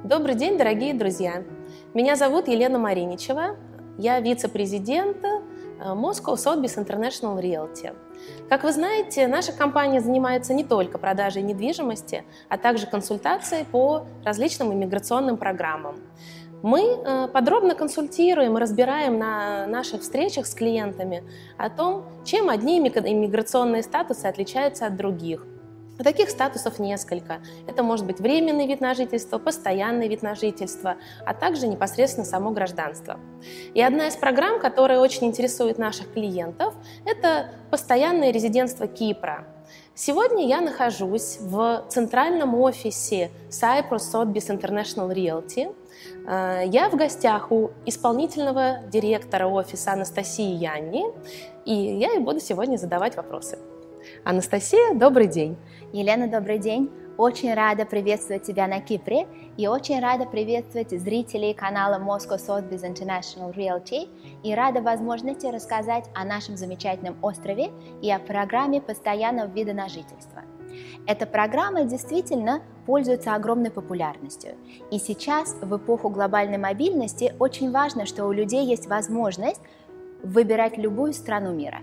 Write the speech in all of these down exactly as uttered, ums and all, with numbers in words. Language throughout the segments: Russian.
Добрый день, дорогие друзья! Меня зовут Елена Мариничева, я вице-президент Moscow Sotheby's International Realty. Как вы знаете, наша компания занимается не только продажей недвижимости, а также консультацией по различным иммиграционным программам. Мы подробно консультируем и разбираем на наших встречах с клиентами о том, чем одни иммиграционные статусы отличаются от других. Таких статусов несколько. Это может быть временный вид на жительство, постоянный вид на жительство, а также непосредственно само гражданство. И одна из программ, которая очень интересует наших клиентов, это постоянное резидентство Кипра. Сегодня я нахожусь в центральном офисе Cyprus Sotheby's International Realty. Я в гостях у исполнительного директора офиса Анастасии Янни, и я ей буду сегодня задавать вопросы. Анастасия, добрый день. Елена, добрый день. Очень рада приветствовать тебя на Кипре и очень рада приветствовать зрителей канала Moscow Sotheby's International Realty и рада возможности рассказать о нашем замечательном острове и о программе постоянного вида на жительство. Эта программа действительно пользуется огромной популярностью. И сейчас, в эпоху глобальной мобильности, очень важно, что у людей есть возможность выбирать любую страну мира.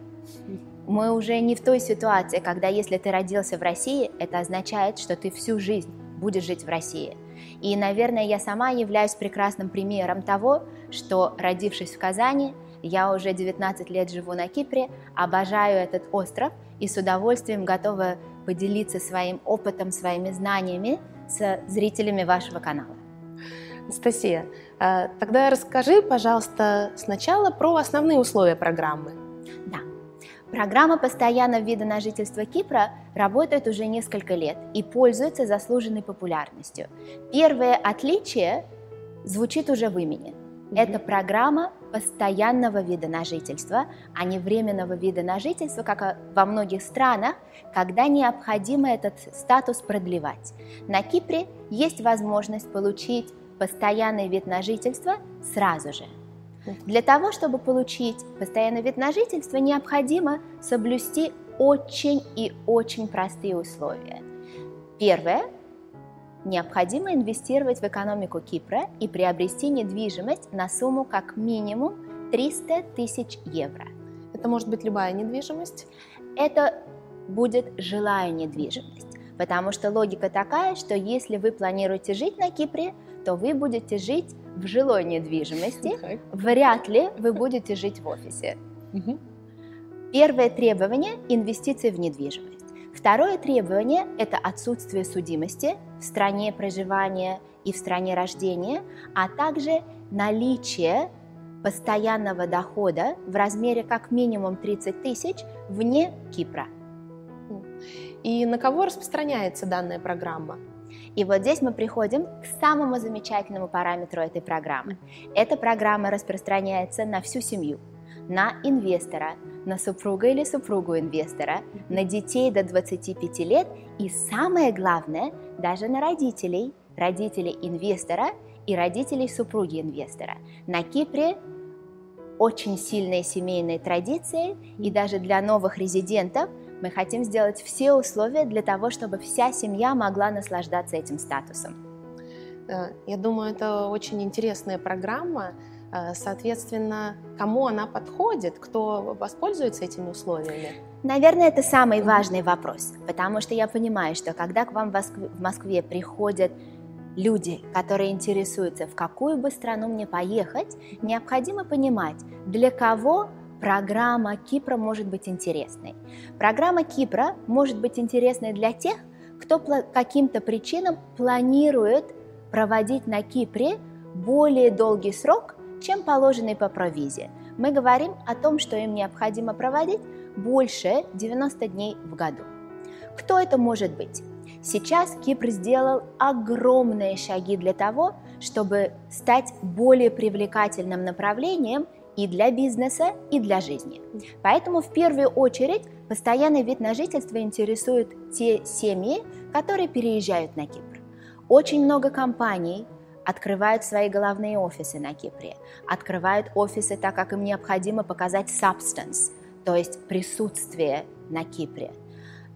Мы уже не в той ситуации, когда если ты родился в России, это означает, что ты всю жизнь будешь жить в России. И, наверное, я сама являюсь прекрасным примером того, что, родившись в Казани, я уже девятнадцать лет живу на Кипре, обожаю этот остров и с удовольствием готова поделиться своим опытом, своими знаниями с зрителями вашего канала. Анастасия, тогда расскажи, пожалуйста, сначала про основные условия программы. Да. Программа постоянного вида на жительство Кипра работает уже несколько лет и пользуется заслуженной популярностью. Первое отличие звучит уже в имени. Mm-hmm. Это программа постоянного вида на жительство, а не временного вида на жительство, как во многих странах, когда необходимо этот статус продлевать. На Кипре есть возможность получить постоянный вид на жительство сразу же. Для того, чтобы получить постоянный вид на жительство, необходимо соблюсти очень и очень простые условия. Первое. Необходимо инвестировать в экономику Кипра и приобрести недвижимость на сумму как минимум триста тысяч евро. Это может быть любая недвижимость? Это будет жилая недвижимость, потому что логика такая, что если вы планируете жить на Кипре, то вы будете жить в жилой недвижимости, okay. Вряд ли вы будете жить в офисе. Uh-huh. Первое требование – инвестиции в недвижимость. Второе требование – это отсутствие судимости в стране проживания и в стране рождения, а также наличие постоянного дохода в размере как минимум тридцать тысяч вне Кипра. И на кого распространяется данная программа? И вот здесь мы приходим к самому замечательному параметру этой программы. Эта программа распространяется на всю семью, на инвестора, на супруга или супругу инвестора, на детей до двадцати пяти лет и, самое главное, даже на родителей, родителей инвестора и родителей супруги инвестора. На Кипре очень сильные семейные традиции, и даже для новых резидентов мы хотим сделать все условия для того, чтобы вся семья могла наслаждаться этим статусом. Я думаю, это очень интересная программа. Соответственно, кому она подходит, кто воспользуется этими условиями? Наверное, это самый важный вопрос, потому что я понимаю, что когда к вам в Москве приходят люди, которые интересуются, в какую бы страну мне поехать, необходимо понимать, для кого программа Кипра может быть интересной. Программа Кипра может быть интересной для тех, кто по каким-то причинам планирует проводить на Кипре более долгий срок, чем положенный по провизе. Мы говорим о том, что им необходимо проводить больше девяноста дней в году. Кто это может быть? Сейчас Кипр сделал огромные шаги для того, чтобы стать более привлекательным направлением и для бизнеса, и для жизни. Поэтому в первую очередь постоянный вид на жительство интересует те семьи, которые переезжают на Кипр. Очень много компаний открывают свои головные офисы на Кипре, открывают офисы так, как им необходимо показать substance, то есть присутствие на Кипре.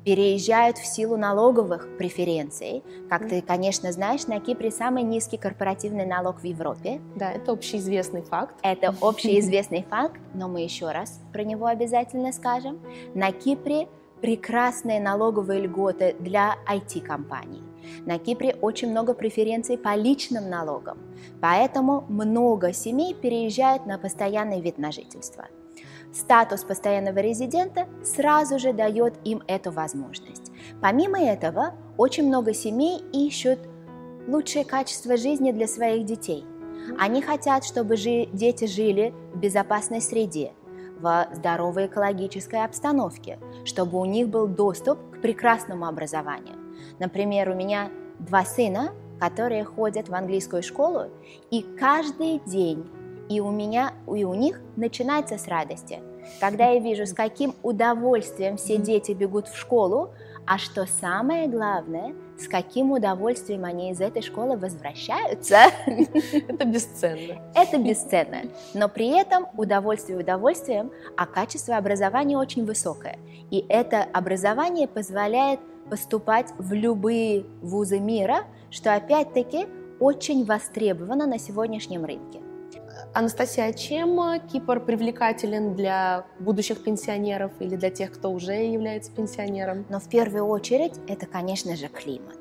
переезжают в силу налоговых преференций. Как ты, конечно, знаешь, на Кипре самый низкий корпоративный налог в Европе. Да, это общеизвестный факт. Это общеизвестный факт, но мы еще раз про него обязательно скажем. На Кипре прекрасные налоговые льготы для ай ти-компаний. На Кипре очень много преференций по личным налогам, поэтому много семей переезжают на постоянный вид на жительство. Статус постоянного резидента сразу же дает им эту возможность. Помимо этого, очень много семей ищут лучшее качество жизни для своих детей. Они хотят, чтобы жи- дети жили в безопасной среде, в здоровой экологической обстановке, чтобы у них был доступ к прекрасному образованию. Например, у меня два сына, которые ходят в английскую школу, и каждый день и у меня, и у них начинается с радости. Когда я вижу, с каким удовольствием все дети бегут в школу, а что самое главное, с каким удовольствием они из этой школы возвращаются. Это бесценно. Это бесценно. Но при этом удовольствие удовольствием, а качество образования очень высокое. И это образование позволяет поступать в любые вузы мира, что опять-таки очень востребовано на сегодняшнем рынке. Анастасия, а чем Кипр привлекателен для будущих пенсионеров или для тех, кто уже является пенсионером? Но в первую очередь это, конечно же, климат.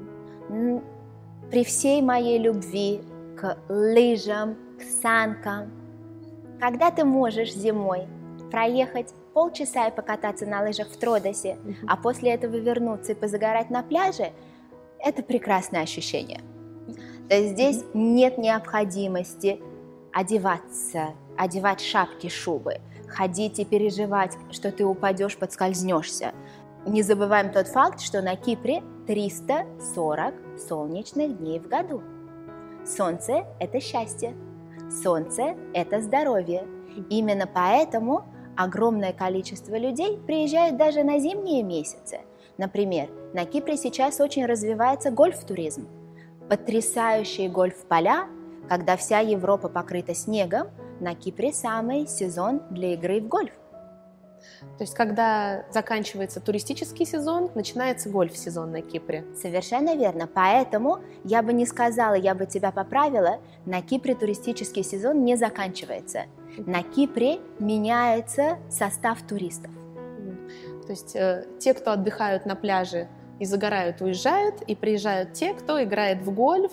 При всей моей любви к лыжам, к санкам, когда ты можешь зимой проехать полчаса и покататься на лыжах в Тродосе, uh-huh. а после этого вернуться и позагорать на пляже, это прекрасное ощущение. То есть здесь uh-huh. нет необходимости одеваться, одевать шапки, шубы, ходить и переживать, что ты упадешь, подскользнешься. Не забываем тот факт, что на Кипре триста сорок солнечных дней в году. Солнце – это счастье, солнце – это здоровье. Именно поэтому огромное количество людей приезжают даже на зимние месяцы. Например, на Кипре сейчас очень развивается гольф-туризм. Потрясающие гольф-поля. Когда вся Европа покрыта снегом, на Кипре самый сезон для игры в гольф. То есть, когда заканчивается туристический сезон, начинается гольф-сезон на Кипре. Совершенно верно. Поэтому я бы не сказала, я бы тебя поправила, на Кипре туристический сезон не заканчивается. На Кипре меняется состав туристов. То есть, э, те, кто отдыхают на пляже и загорают, уезжают, и приезжают те, кто играет в гольф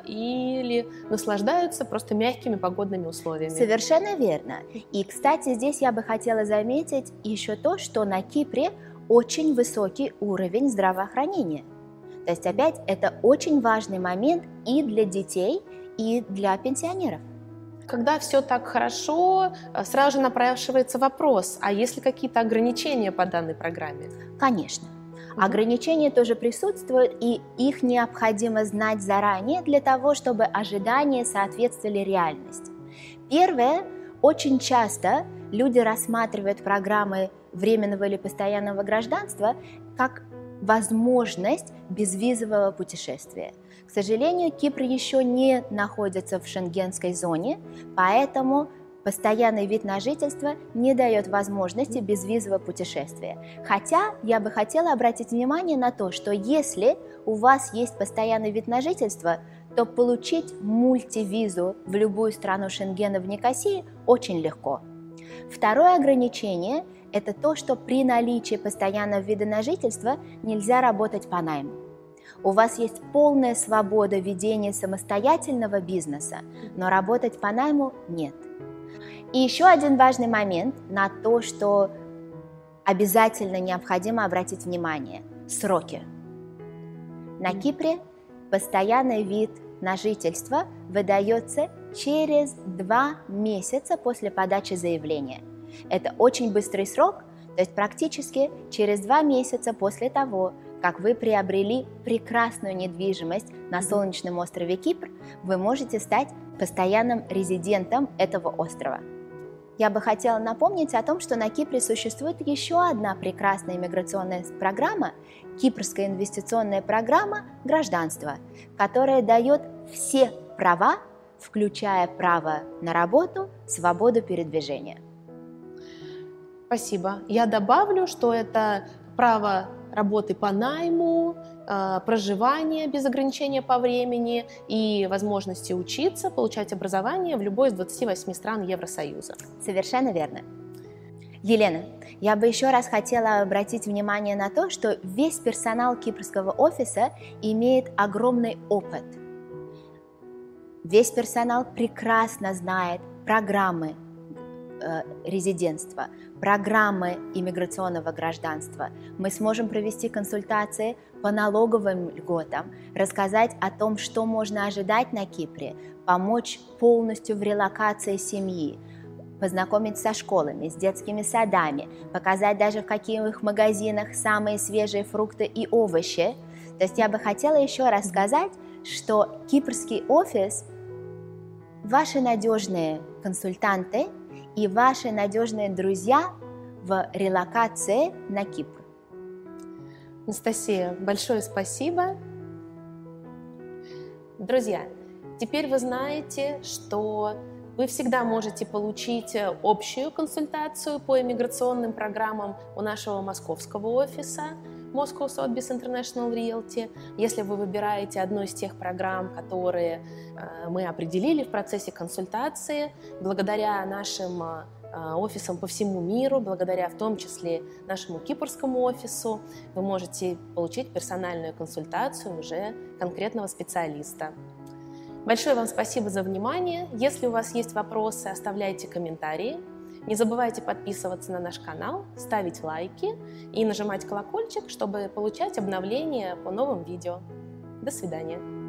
или наслаждаются просто мягкими погодными условиями. Совершенно верно. И, кстати, здесь я бы хотела заметить еще то, что на Кипре очень высокий уровень здравоохранения. То есть, опять, это очень важный момент и для детей, и для пенсионеров. Когда все так хорошо, сразу же напрашивается вопрос, а есть ли какие-то ограничения по данной программе? Конечно. Ограничения тоже присутствуют, и их необходимо знать заранее для того, чтобы ожидания соответствовали реальности. Первое, очень часто люди рассматривают программы временного или постоянного гражданства как возможность безвизового путешествия. К сожалению, Кипр еще не находится в шенгенской зоне, поэтому постоянный вид на жительство не дает возможности безвизового путешествия. Хотя я бы хотела обратить внимание на то, что если у вас есть постоянный вид на жительство, то получить мультивизу в любую страну Шенгена в Никосии очень легко. Второе ограничение – это то, что при наличии постоянного вида на жительство нельзя работать по найму. У вас есть полная свобода ведения самостоятельного бизнеса, но работать по найму нет. И еще один важный момент на то, что обязательно необходимо обратить внимание – сроки. На Кипре постоянный вид на жительство выдается через два месяца после подачи заявления. Это очень быстрый срок, то есть практически через два месяца после того, как вы приобрели прекрасную недвижимость на солнечном острове Кипр, вы можете стать постоянным резидентом этого острова. Я бы хотела напомнить о том, что на Кипре существует еще одна прекрасная иммиграционная программа, Кипрская инвестиционная программа «Гражданство», которая дает все права, включая право на работу, свободу передвижения. Спасибо. Я добавлю, что это право работы по найму, проживание без ограничения по времени и возможности учиться, получать образование в любой из двадцати восьми стран Евросоюза. Совершенно верно. Елена, я бы еще раз хотела обратить внимание на то, что весь персонал кипрского офиса имеет огромный опыт. Весь персонал прекрасно знает программы э, резидентства, программы иммиграционного гражданства. Мы сможем провести консультации по налоговым льготам, рассказать о том, что можно ожидать на Кипре, помочь полностью в релокации семьи, познакомить со школами, с детскими садами, показать даже в каких магазинах самые свежие фрукты и овощи. То есть я бы хотела еще раз сказать, что кипрский офис – ваши надежные консультанты и ваши надежные друзья в релокации на Кипр. Анастасия, большое спасибо. Друзья, теперь вы знаете, что вы всегда можете получить общую консультацию по иммиграционным программам у нашего московского офиса Moscow Sotheby's International Realty. Если вы выбираете одну из тех программ, которые мы определили в процессе консультации, благодаря нашим офисам по всему миру, благодаря в том числе нашему кипрскому офису, вы можете получить персональную консультацию уже конкретного специалиста. Большое вам спасибо за внимание. Если у вас есть вопросы, оставляйте комментарии. Не забывайте подписываться на наш канал, ставить лайки и нажимать колокольчик, чтобы получать обновления по новым видео. До свидания.